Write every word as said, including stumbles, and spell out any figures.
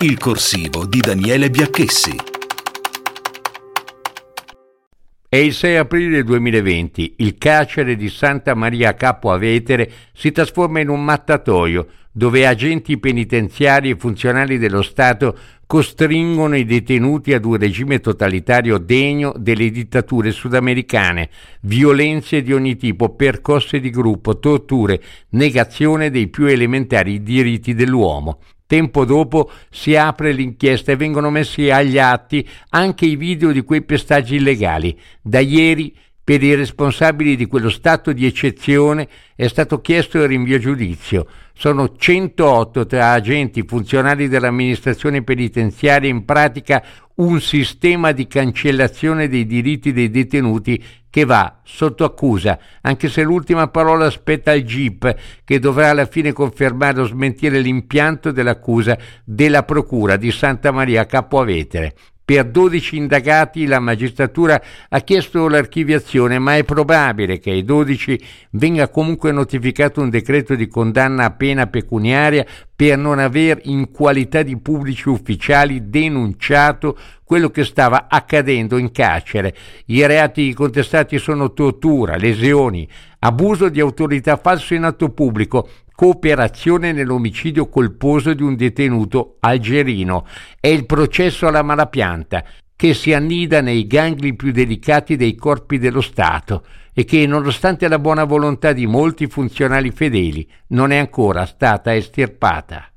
Il corsivo di Daniele Biacchessi. È il sei aprile duemilaventi. Il carcere di Santa Maria Capua Vetere si trasforma in un mattatoio dove agenti penitenziari e funzionari dello Stato costringono i detenuti ad un regime totalitario degno delle dittature sudamericane, violenze di ogni tipo, percosse di gruppo, torture, negazione dei più elementari diritti dell'uomo. Tempo dopo si apre l'inchiesta e vengono messi agli atti anche i video di quei pestaggi illegali. Da ieri, per i responsabili di quello stato di eccezione, è stato chiesto il rinvio a giudizio. Sono centootto tra agenti funzionari dell'amministrazione penitenziaria, in pratica un sistema di cancellazione dei diritti dei detenuti che va sotto accusa, anche se l'ultima parola spetta al G I P, che dovrà alla fine confermare o smentire l'impianto dell'accusa della Procura di Santa Maria Capua Vetere. Per dodici indagati la magistratura ha chiesto l'archiviazione, ma è probabile che ai dodici venga comunque notificato un decreto di condanna a pena pecuniaria per non aver, in qualità di pubblici ufficiali, denunciato quello che stava accadendo in carcere. I reati contestati sono tortura, lesioni, abuso di autorità, falso in atto pubblico, cooperazione nell'omicidio colposo di un detenuto algerino. È il processo alla malapianta che si annida nei gangli più delicati dei corpi dello Stato e che, nonostante la buona volontà di molti funzionari fedeli, non è ancora stata estirpata.